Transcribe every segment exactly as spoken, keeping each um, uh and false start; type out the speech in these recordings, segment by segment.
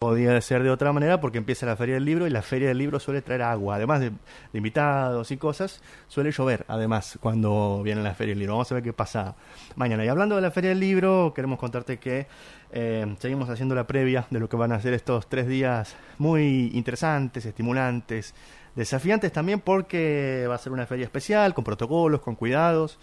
podía ser de otra manera porque empieza la Feria del Libro y la Feria del Libro suele traer agua, además de, de invitados y cosas, suele llover además cuando viene la Feria del Libro. Vamos a ver qué pasa mañana. Y hablando de la Feria del Libro, queremos contarte que eh, seguimos haciendo la previa de lo que van a ser estos tres días muy interesantes, estimulantes, desafiantes también, porque va a ser una feria especial, con protocolos, con cuidados,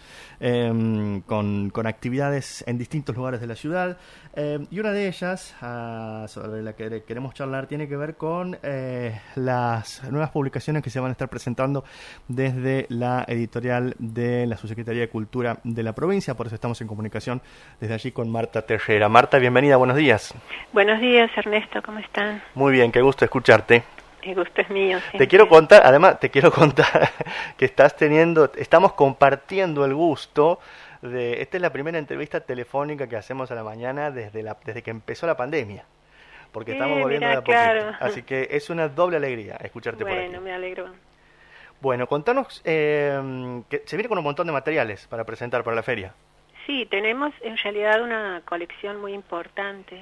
eh, con, con actividades en distintos lugares de la ciudad, eh, y una de ellas, uh, sobre la que queremos charlar, tiene que ver con eh, las nuevas publicaciones que se van a estar presentando desde la editorial de la Subsecretaría de Cultura de la provincia. Por eso estamos en comunicación desde allí con Marta Tejera. Marta, bienvenida, buenos días. Buenos días, Ernesto, ¿cómo están? Muy bien, qué gusto escucharte. El gusto es mío. Siempre. Te quiero contar, además te quiero contar que estás teniendo, estamos compartiendo el gusto de, esta es la primera entrevista telefónica que hacemos a la mañana desde la desde que empezó la pandemia, porque Sí, estamos volviendo mirá, de a poquito, claro. Así que es una doble alegría escucharte bueno, por aquí. Bueno, me alegro. Bueno, contanos, eh, que se viene con un montón de materiales para presentar para la feria. Sí, tenemos en realidad una colección muy importante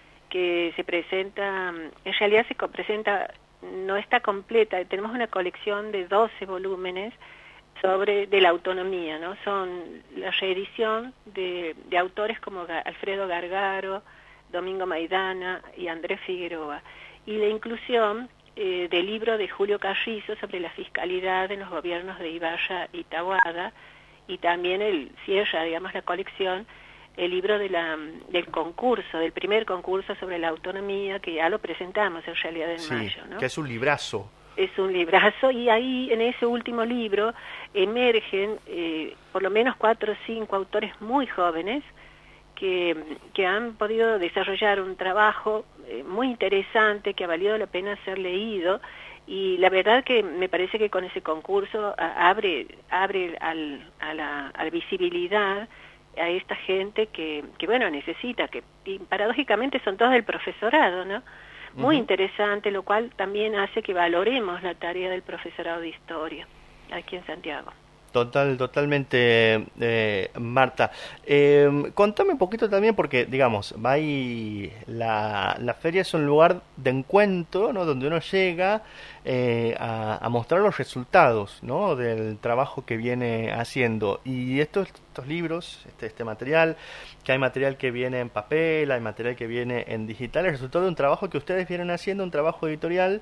que se presenta, en realidad se presenta, no está completa, tenemos una colección de doce volúmenes sobre de la autonomía, ¿no? Son la reedición de, de autores como Alfredo Gargaro, Domingo Maidana y Andrés Figueroa, y la inclusión eh, del libro de Julio Carrizo sobre la fiscalidad en los gobiernos de Ibarra y Taboada, y también el cierra, digamos, la colección, el libro de la, del concurso, del primer concurso sobre la autonomía, que ya lo presentamos en realidad en sí, mayo, ¿no? Que es un librazo. Es un librazo, y ahí en ese último libro emergen eh, por lo menos cuatro o cinco autores muy jóvenes que, que han podido desarrollar un trabajo eh, muy interesante, que ha valido la pena ser leído, y la verdad que me parece que con ese concurso a, abre abre al, a, la, a la visibilidad a esta gente que, que bueno, necesita, que y paradójicamente son todos del profesorado, ¿no? Muy uh-huh. interesante, lo cual también hace que valoremos la tarea del profesorado de historia aquí en Santiago. Total, totalmente, eh, Marta. Eh, contame un poquito también, porque, digamos, va ahí, la, la feria es un lugar de encuentro, ¿no? Donde uno llega eh, a, a mostrar los resultados, ¿no? Del trabajo que viene haciendo. Y estos, estos libros, este, este material, que hay material que viene en papel, hay material que viene en digital, es el resultado de un trabajo que ustedes vienen haciendo, un trabajo editorial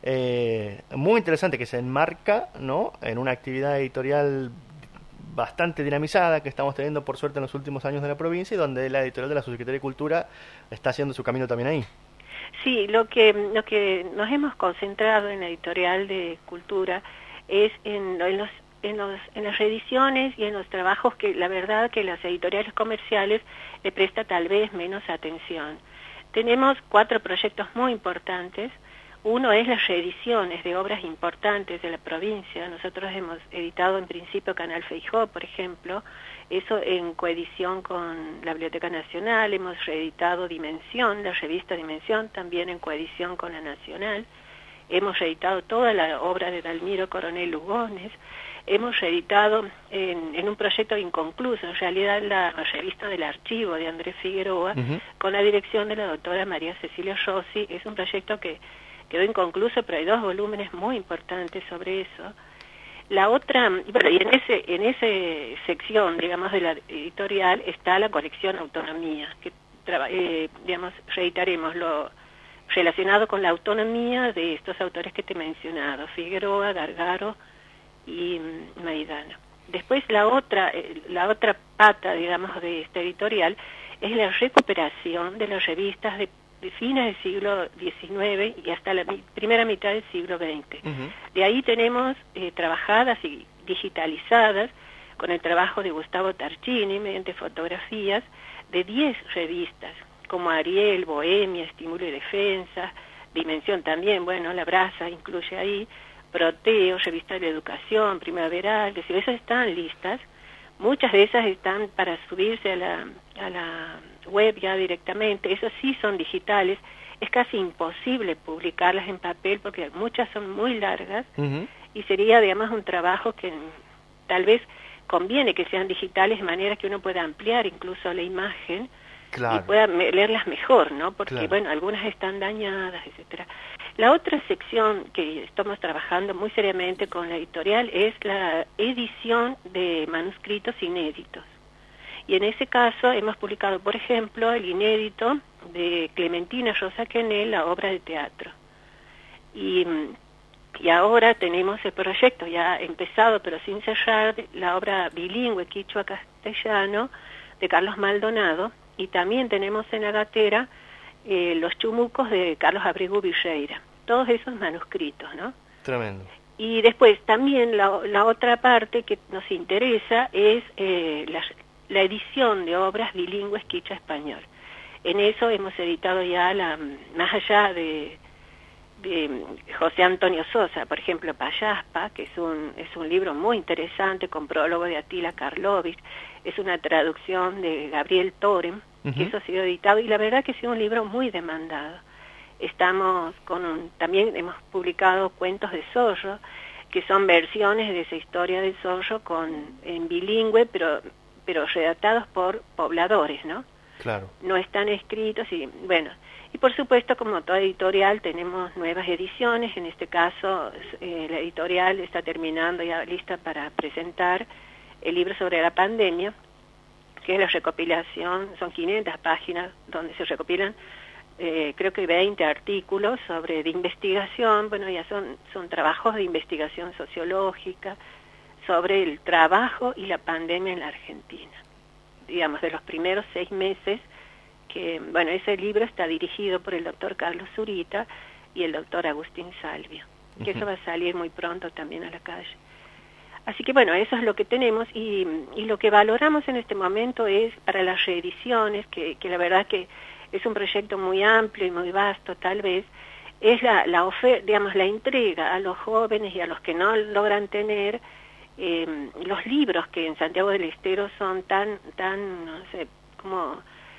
eh, muy interesante, que se enmarca, ¿no? En una actividad editorial bastante dinamizada que estamos teniendo por suerte en los últimos años de la provincia, y donde la editorial de la Subsecretaría de Cultura está haciendo su camino también ahí. Sí, lo que lo que nos hemos concentrado en la editorial de Cultura es en, en los en los en las reediciones y en los trabajos que la verdad que las editoriales comerciales le presta tal vez menos atención. Tenemos cuatro proyectos muy importantes. Uno es las reediciones de obras importantes de la provincia. Nosotros hemos editado en principio Canal Feijó, por ejemplo, eso en coedición con la Biblioteca Nacional. Hemos reeditado Dimensión, la revista Dimensión, también en coedición con la Nacional. Hemos reeditado toda la obra de Dalmiro Coronel Lugones. Hemos reeditado en, en un proyecto inconcluso, en realidad la revista del archivo de Andrés Figueroa, uh-huh. con la dirección de la doctora María Cecilia Rossi. Es un proyecto que quedó inconcluso, pero hay dos volúmenes muy importantes sobre eso. La otra, bueno, y en ese en esa sección, digamos, de la editorial está la colección Autonomía, que eh, digamos, reeditaremos lo relacionado con la autonomía de estos autores que te he mencionado, Figueroa, Gargaro y Maidana. Después la otra la otra pata, digamos, de esta editorial es la recuperación de las revistas de, de fines del siglo diecinueve y hasta la mi, primera mitad del siglo veinte. Uh-huh. De ahí tenemos eh, trabajadas y digitalizadas con el trabajo de Gustavo Tarchini mediante fotografías de diez revistas, como Ariel, Bohemia, Estímulo y Defensa, Dimensión también, bueno, La Brasa incluye ahí, Proteo, Revista de la Educación, Primaveral, es decir, esas están listas. Muchas de esas están para subirse a la, a la web ya directamente. Esas sí son digitales. Es casi imposible publicarlas en papel porque muchas son muy largas. Uh-huh. Y sería, digamos, un trabajo que tal vez conviene que sean digitales de manera que uno pueda ampliar incluso la imagen claro. y pueda me leerlas mejor, ¿no? Porque, Claro. bueno, algunas están dañadas, etcétera. La otra sección que estamos trabajando muy seriamente con la editorial es la edición de manuscritos inéditos. Y en ese caso hemos publicado, por ejemplo, el inédito de Clementina Rosa Quenel, la obra de teatro. Y, y ahora tenemos el proyecto ya empezado, pero sin cerrar, la obra bilingüe quichua-castellano de Carlos Maldonado, y también tenemos en la gatera eh, Los Chumucos de Carlos Abregu Villeira. Todos esos manuscritos, ¿no? Tremendo. Y después también la, la otra parte que nos interesa es eh, la, la edición de obras bilingües quichua-español. En eso hemos editado ya, la, más allá de, de José Antonio Sosa, por ejemplo, Payaspa, que es un, es un libro muy interesante con prólogo de Attila Karlovich, es una traducción de Gabriel Torem, uh-huh. que eso ha sido editado, y la verdad que ha sido un libro muy demandado. Estamos con un, también hemos publicado Cuentos de Zorro, que son versiones de esa historia del zorro con, en bilingüe, pero, pero redactados por pobladores, ¿no? Claro. No están escritos y, bueno, y por supuesto, como toda editorial, tenemos nuevas ediciones. En este caso, eh, la editorial está terminando ya lista para presentar el libro sobre la pandemia, que es la recopilación, son quinientas páginas donde se recopilan Eh, creo que veinte artículos sobre de investigación, bueno, ya son, son trabajos de investigación sociológica sobre el trabajo y la pandemia en la Argentina, digamos, de los primeros seis meses, que, bueno, ese libro está dirigido por el doctor Carlos Zurita y el doctor Agustín Salvio, que uh-huh. eso va a salir muy pronto también a la calle. Así que, bueno, eso es lo que tenemos, y, y lo que valoramos en este momento es para las reediciones, que, que la verdad que es un proyecto muy amplio y muy vasto, tal vez, es la, la oferta, digamos, la entrega a los jóvenes y a los que no logran tener eh, los libros que en Santiago del Estero son tan, tan, no sé, como,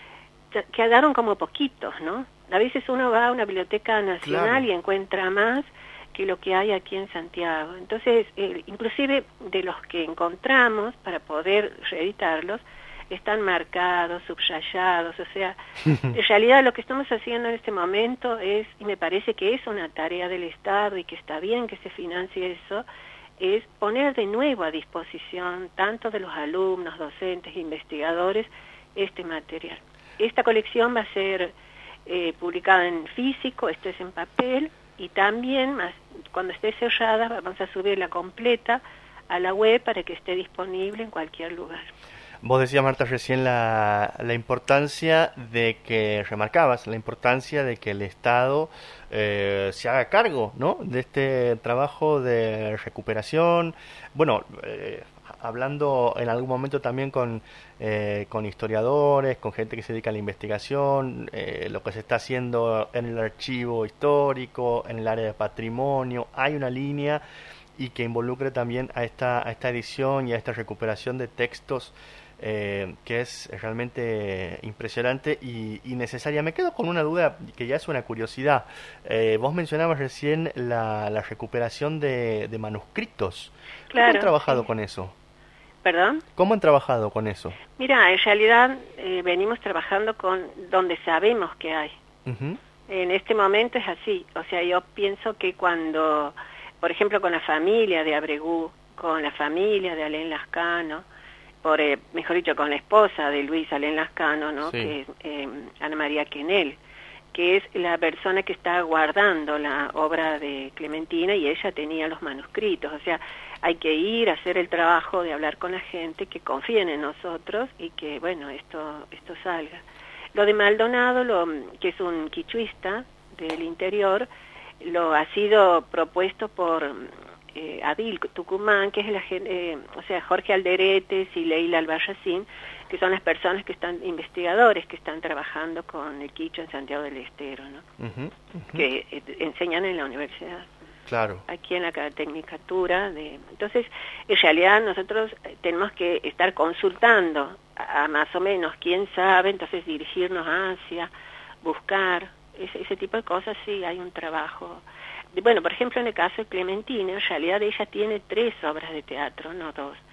quedaron como poquitos, ¿no? A veces uno va a una biblioteca nacional claro. y encuentra más que lo que hay aquí en Santiago. Entonces, eh, inclusive de los que encontramos para poder reeditarlos, están marcados, subrayados, o sea, en realidad lo que estamos haciendo en este momento es, y me parece que es una tarea del Estado y que está bien que se financie eso, es poner de nuevo a disposición tanto de los alumnos, docentes, investigadores, este material. Esta colección va a ser eh, publicada en físico, esto es en papel, y también más, cuando esté cerrada vamos a subirla completa a la web para que esté disponible en cualquier lugar. Vos decías, Marta, recién la, la importancia de que, remarcabas, la importancia de que el Estado eh, se haga cargo, ¿no?, de este trabajo de recuperación. Bueno, eh, hablando en algún momento también con, eh, con historiadores, con gente que se dedica a la investigación, eh, lo que se está haciendo en el archivo histórico, en el área de patrimonio, hay una línea y que involucre también a esta, a esta edición y a esta recuperación de textos Eh, que es realmente impresionante y, y necesaria. Me quedo con una duda que ya es una curiosidad. Eh, vos mencionabas recién la, la recuperación de, de manuscritos. Claro, ¿Cómo han trabajado sí. con eso? ¿Perdón? ¿Cómo han trabajado con eso? Mira, en realidad eh, venimos trabajando con donde sabemos que hay. Uh-huh. En este momento es así. O sea, yo pienso que cuando, por ejemplo, con la familia de Abregu, con la familia de Alén Lascano, por, eh, mejor dicho, con la esposa de Luis Alén Lascano, ¿no? Sí. Que es eh, Ana María Quenel, que es la persona que está guardando la obra de Clementina, y ella tenía los manuscritos. O sea, hay que ir a hacer el trabajo de hablar con la gente, que confíen en nosotros y que, bueno, esto esto salga. Lo de Maldonado, lo, que es un quichuista del interior, lo ha sido propuesto por Eh, Adil Tucumán, que es la eh, o sea, Jorge Alderetes y Leila Albarracín, que son las personas que están, investigadores que están trabajando con el quichua en Santiago del Estero, ¿no? Uh-huh, uh-huh. Que eh, enseñan en la universidad. Claro. Aquí en la Tecnicatura. De, entonces, en realidad nosotros tenemos que estar consultando a, a más o menos quién sabe, entonces dirigirnos hacia, buscar, ese, ese tipo de cosas. Sí, hay un trabajo. Bueno, por ejemplo, en el caso de Clementina, en realidad ella tiene tres obras de teatro, no dos.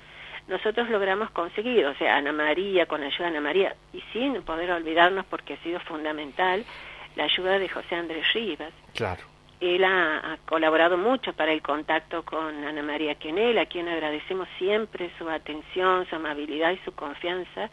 nosotros logramos conseguir, o sea, Ana María, con la ayuda de Ana María, y sin poder olvidarnos porque ha sido fundamental, la ayuda de José Andrés Rivas. Claro. Él ha, ha colaborado mucho para el contacto con Ana María Quenel, a quien agradecemos siempre su atención, su amabilidad y su confianza,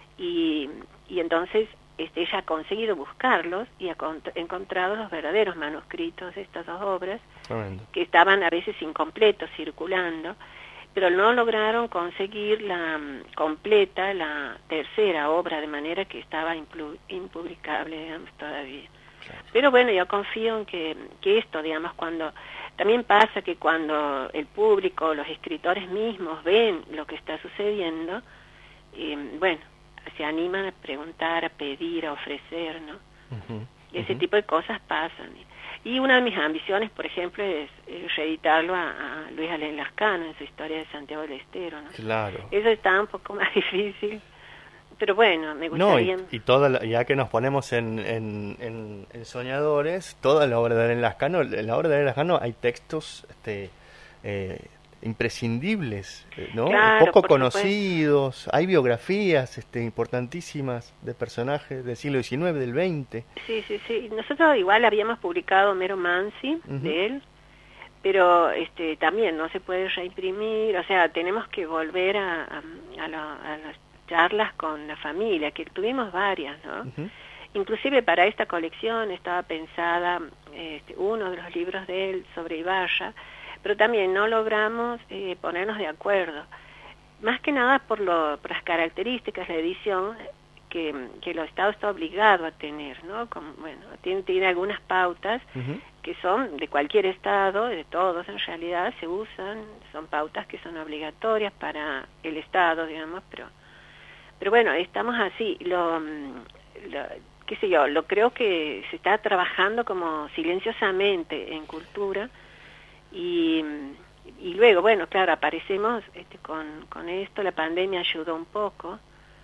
y, y entonces este, ella ha conseguido buscarlos y ha encontrado los verdaderos manuscritos de estas dos obras, Tremendo. Que estaban a veces incompletos, circulando, pero no lograron conseguir la completa, la tercera obra, de manera que estaba impublicable, digamos, todavía. Claro. Pero bueno, yo confío en que, que esto, digamos, cuando... También pasa que cuando el público, los escritores mismos ven lo que está sucediendo, eh, bueno, se animan a preguntar, a pedir, a ofrecer, ¿no? Uh-huh, y ese uh-huh. tipo de cosas pasan. Y una de mis ambiciones, por ejemplo, es, es reeditarlo a, a Luis Alén Lascano en su historia de Santiago del Estero, ¿no? Claro. Eso está un poco más difícil, pero bueno, me gustaría... No, y, y toda la, ya que nos ponemos en, en, en, en soñadores, toda la obra de Alén Lascano, en la obra de Alén Lascano hay textos este, eh, imprescindibles, ¿no? Claro, poco conocidos, supuesto. Hay biografías este, importantísimas de personajes del siglo diecinueve, del veinte. Sí, sí, sí. Nosotros igual habíamos publicado Homero Mansi, uh-huh. de él, pero este también no se puede reimprimir, o sea, tenemos que volver a, a, a, la, a las charlas con la familia, que tuvimos varias, ¿no? Uh-huh. Inclusive para esta colección estaba pensada este, uno de los libros de él sobre Ibarra, pero también no logramos eh, ponernos de acuerdo, más que nada por, lo, por las características de la edición que, que el Estado está obligado a tener, ¿no? Como, bueno, tiene, tiene algunas pautas uh-huh. que son de cualquier Estado, de todos en realidad, se usan, son pautas que son obligatorias para el Estado, digamos, pero, pero bueno, estamos así, lo, lo qué sé yo, lo creo que se está trabajando como silenciosamente en cultura. Y, y luego, bueno, claro, aparecemos este, con, con esto, la pandemia ayudó un poco,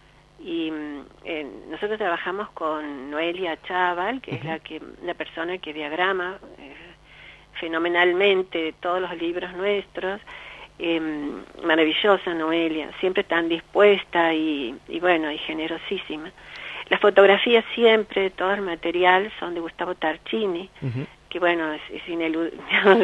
y eh, nosotros trabajamos con Noelia Chaval, que uh-huh. es la que la persona que diagrama eh, fenomenalmente todos los libros nuestros, eh, maravillosa Noelia, siempre tan dispuesta y, y bueno, y generosísima. Las fotografías siempre, todo el material son de Gustavo Tarchini, uh-huh. que bueno, es, es ineludible.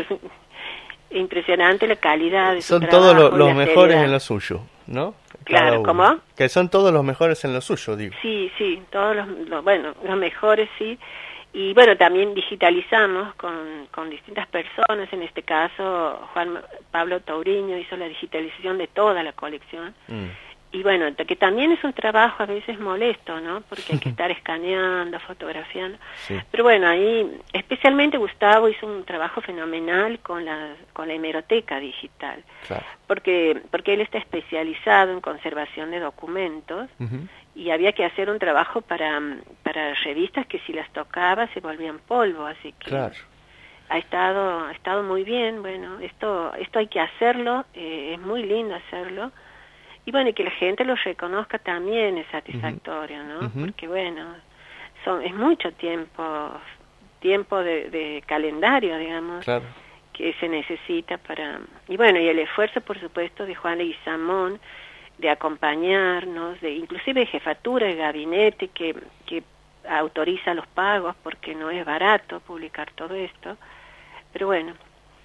Impresionante la calidad de su son trabajo. Son todos lo, los mejores seriedad. En lo suyo, ¿no? Claro, ¿cómo? Que son todos los mejores en lo suyo, digo. Sí, sí, todos los, los bueno, los mejores, sí. Y bueno, también digitalizamos con, con distintas personas, en este caso Juan Pablo Tauriño hizo la digitalización de toda la colección. Mm. Y bueno, que también es un trabajo a veces molesto, ¿no? Porque hay que estar escaneando, fotografiando. Sí. Pero bueno, ahí, especialmente Gustavo hizo un trabajo fenomenal con la, con la hemeroteca digital. Claro. Porque, porque él está especializado en conservación de documentos, uh-huh. y había que hacer un trabajo para, para revistas que si las tocaba se volvían polvo, así que... Claro. Ha estado, ha estado muy bien, bueno, esto, esto hay que hacerlo, eh, es muy lindo hacerlo. Y bueno, y que la gente lo reconozca también es satisfactorio, ¿no? Uh-huh. Porque bueno, son es mucho tiempo, tiempo de, de calendario, digamos, claro. que se necesita para... Y bueno, y el esfuerzo, por supuesto, de Juan Leguizamón, de acompañarnos, de inclusive de jefatura de gabinete que, que autoriza los pagos, porque no es barato publicar todo esto. Pero bueno...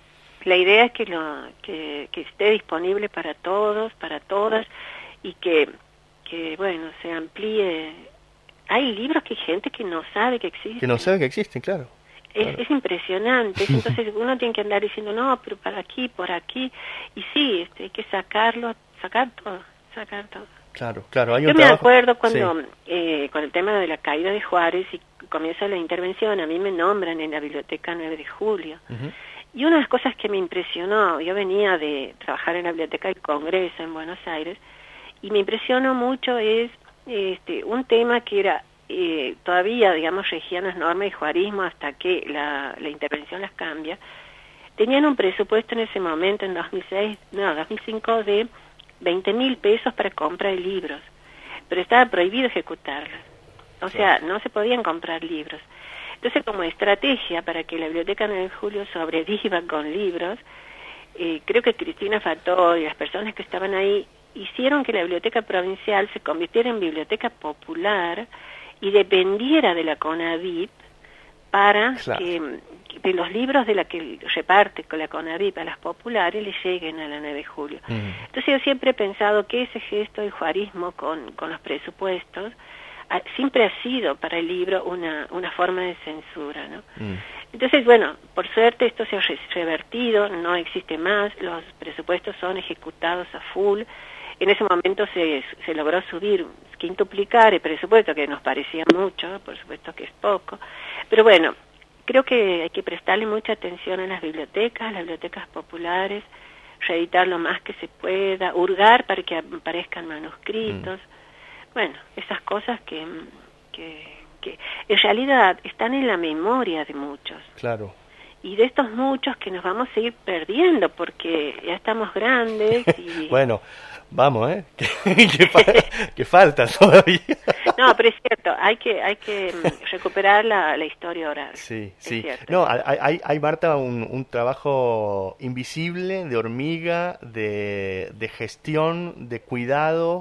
La idea es que, lo, que, que esté disponible para todos, para todas, y que, que, bueno, se amplíe. Hay libros que hay gente que no sabe que existen. Que no sabe que existen, claro. Es, claro. es impresionante. Entonces uno tiene que andar diciendo, no, pero para aquí, por aquí. Y sí, este, hay que sacarlo, sacar todo, sacar todo. Claro, claro. Hay un Yo me trabajo... acuerdo cuando, sí. eh, con el tema de la caída de Juárez y comienza la intervención, a mí me nombran en la Biblioteca nueve de julio. Uh-huh. Y una de las cosas que me impresionó, yo venía de trabajar en la Biblioteca del Congreso en Buenos Aires, y me impresionó mucho es este, un tema que era, eh, todavía, digamos, regían las normas de juarismo hasta que la, la intervención las cambia. Tenían un presupuesto en ese momento, en dos mil seis, no, dos mil cinco, de veinte mil pesos para compra de libros, pero estaba prohibido ejecutarlos. O sea, no se podían comprar libros. Entonces, como estrategia para que la Biblioteca nueve de julio sobreviva con libros, eh, creo que Cristina Fató y las personas que estaban ahí hicieron que la biblioteca provincial se convirtiera en biblioteca popular y dependiera de la CONAVIP para claro. que, que los libros de la que reparte con la CONAVIP a las populares le lleguen a la nueve de julio. Uh-huh. Entonces yo siempre he pensado que ese gesto de juarismo con, con los presupuestos a, siempre ha sido para el libro una, una forma de censura, ¿no? Uh-huh. Entonces, bueno, por suerte esto se ha revertido, no existe más, los presupuestos son ejecutados a full. En ese momento se, se logró subir, quintuplicar el presupuesto, que nos parecía mucho, por supuesto que es poco. Pero bueno, creo que hay que prestarle mucha atención a las bibliotecas, las bibliotecas populares, reeditar lo más que se pueda, hurgar para que aparezcan manuscritos. Mm. Bueno, esas cosas que, que, que en realidad están en la memoria de muchos. Claro. Y de estos muchos que nos vamos a ir perdiendo porque ya estamos grandes y... Bueno, vamos, ¿eh? que, que, fa- que falta todavía. No, pero es cierto, hay que hay que recuperar la, la historia oral. Sí, es sí. Cierto. No, hay, hay, hay Marta, un, un trabajo invisible, de hormiga, de, de gestión, de cuidado,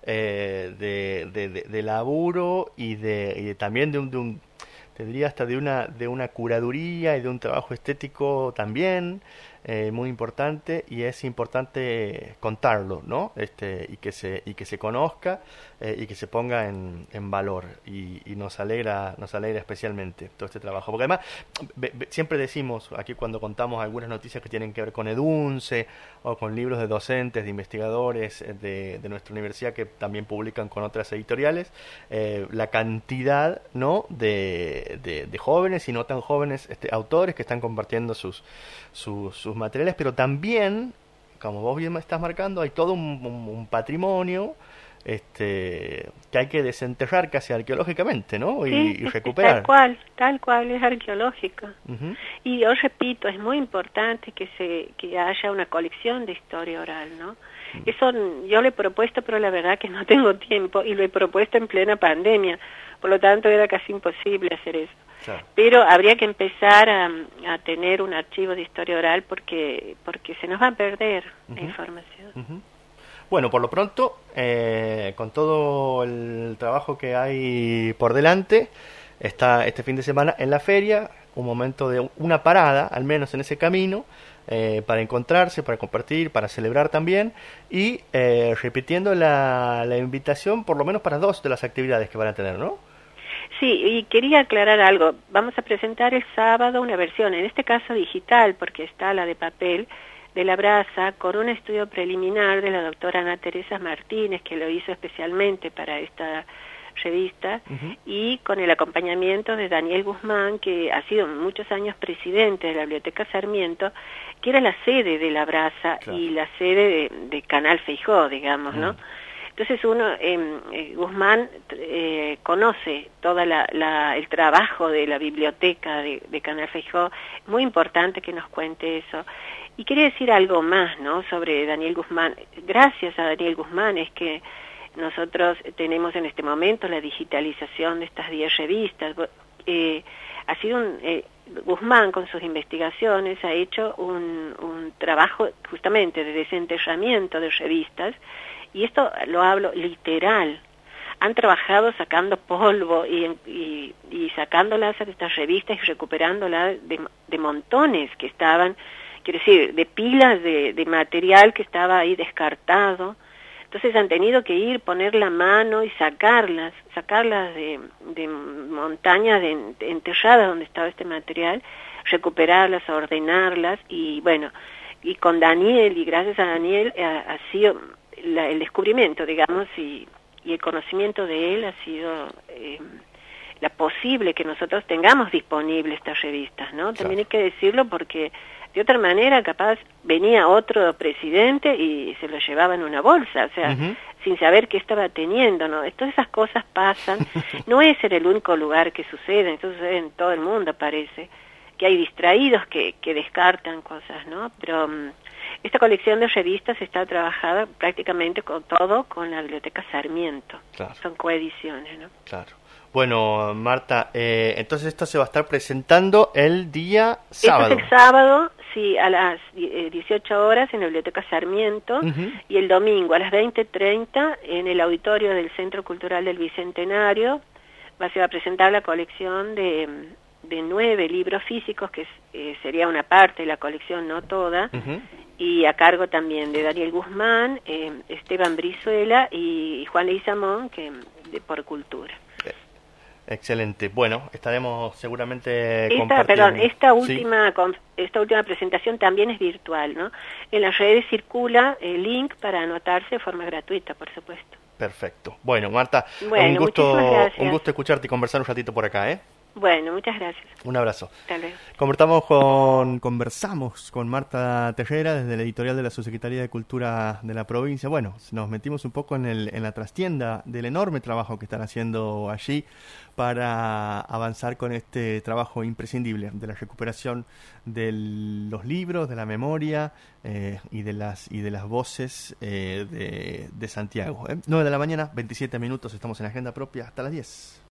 eh, de, de, de, de laburo y de, y de también de un... De un tendría hasta de una de una curaduría y de un trabajo estético también eh, muy importante, y es importante contarlo, ¿no? Este y que se y que se conozca eh, y que se ponga en, en valor, y, y nos alegra nos alegra especialmente todo este trabajo, porque además be, be, siempre decimos aquí cuando contamos algunas noticias que tienen que ver con EDUNCE o con libros de docentes, de investigadores de, de nuestra universidad que también publican con otras editoriales, eh, la cantidad, ¿no? de De, de jóvenes y no tan jóvenes este, autores que están compartiendo sus, sus, sus materiales, pero también, como vos bien me estás marcando, hay todo un, un, un patrimonio este, que hay que desenterrar casi arqueológicamente, ¿no? Y, sí, y recuperar. Tal cual, tal cual, es arqueológico. Uh-huh. Y yo repito, es muy importante que se que haya una colección de historia oral, ¿no? Uh-huh. Eso yo lo he propuesto, pero la verdad que no tengo tiempo, y lo he propuesto en plena pandemia. Por lo tanto, era casi imposible hacer eso. Claro. Pero habría que empezar a, a tener un archivo de historia oral porque porque se nos va a perder uh-huh. la información. Uh-huh. Bueno, por lo pronto, eh, con todo el trabajo que hay por delante, está este fin de semana en la feria, un momento de una parada, al menos en ese camino, eh, para encontrarse, para compartir, para celebrar también, y eh, repitiendo la, la invitación por lo menos para dos de las actividades que van a tener, ¿no? Sí, y quería aclarar algo. Vamos a presentar el sábado una versión, en este caso digital, porque está la de papel, de La Brasa, con un estudio preliminar de la doctora Ana Teresa Martínez, que lo hizo especialmente para esta revista, uh-huh. y con el acompañamiento de Daniel Guzmán, que ha sido muchos años presidente de la Biblioteca Sarmiento, que era la sede de La Brasa, claro. y la sede de, de Canal Feijó, digamos, uh-huh. ¿no? Entonces uno, eh, Guzmán eh, conoce todo la, la, el trabajo de la biblioteca de, de Canal Feijó, muy importante que nos cuente eso. Y quería decir algo más, ¿no?, sobre Daniel Guzmán. Gracias a Daniel Guzmán es que nosotros tenemos en este momento la digitalización de estas diez revistas. Eh, ha sido un... Eh, Guzmán, con sus investigaciones, ha hecho un, un trabajo justamente de desenterramiento de revistas, y esto lo hablo literal. Han trabajado sacando polvo y, y, y sacándolas de estas revistas y recuperándolas de, de montones que estaban, quiero decir, de pilas de, de material que estaba ahí descartado. Entonces han tenido que ir, poner la mano y sacarlas, sacarlas de, de montañas de, de enterradas donde estaba este material, recuperarlas, ordenarlas, y bueno, y con Daniel, y gracias a Daniel, ha, ha sido la, el descubrimiento, digamos, y, y el conocimiento de él ha sido eh, la posible que nosotros tengamos disponibles estas revistas, ¿no? También hay que decirlo porque de otra manera capaz venía otro presidente y se lo llevaba en una bolsa, o sea, uh-huh. sin saber qué estaba teniendo, ¿no? Todas esas cosas pasan, no es en el único lugar que sucede, esto sucede en todo el mundo, parece, que hay distraídos que, que descartan cosas, ¿no? Pero um, esta colección de revistas está trabajada prácticamente con todo con la Biblioteca Sarmiento, claro. Son coediciones, ¿no? Claro. Bueno, Marta, eh, entonces esto se va a estar presentando el día sábado. Esto es el sábado, Sí, a las dieciocho horas en la Biblioteca Sarmiento, Uh-huh. y el domingo a las veinte treinta en el auditorio del Centro Cultural del Bicentenario va, se va a presentar la colección de, de nueve libros físicos, que eh, sería una parte de la colección, no toda, Uh-huh. y a cargo también de Daniel Guzmán, eh, Esteban Brizuela y Juan Leguizamón, que de Por Cultura. Excelente. Bueno, estaremos seguramente Esta, compartiendo. perdón, esta Sí. última con- esta última presentación también es virtual, ¿no? En las redes circula el link para anotarse de forma gratuita, por supuesto. Perfecto. Bueno, Marta, Bueno, un gusto, muchísimas gracias. un gusto escucharte y conversar un ratito por acá, ¿eh? Bueno, muchas gracias. Un abrazo. Hasta luego. Convertamos con, conversamos con Marta Tejera desde la editorial de la Subsecretaría de Cultura de la provincia. Bueno, nos metimos un poco en, el, en la trastienda del enorme trabajo que están haciendo allí para avanzar con este trabajo imprescindible de la recuperación de los libros, de la memoria eh, y de las y de las voces eh, de, de Santiago. ¿eh? nueve de la mañana, veintisiete minutos, estamos en Agenda Propia, hasta las diez.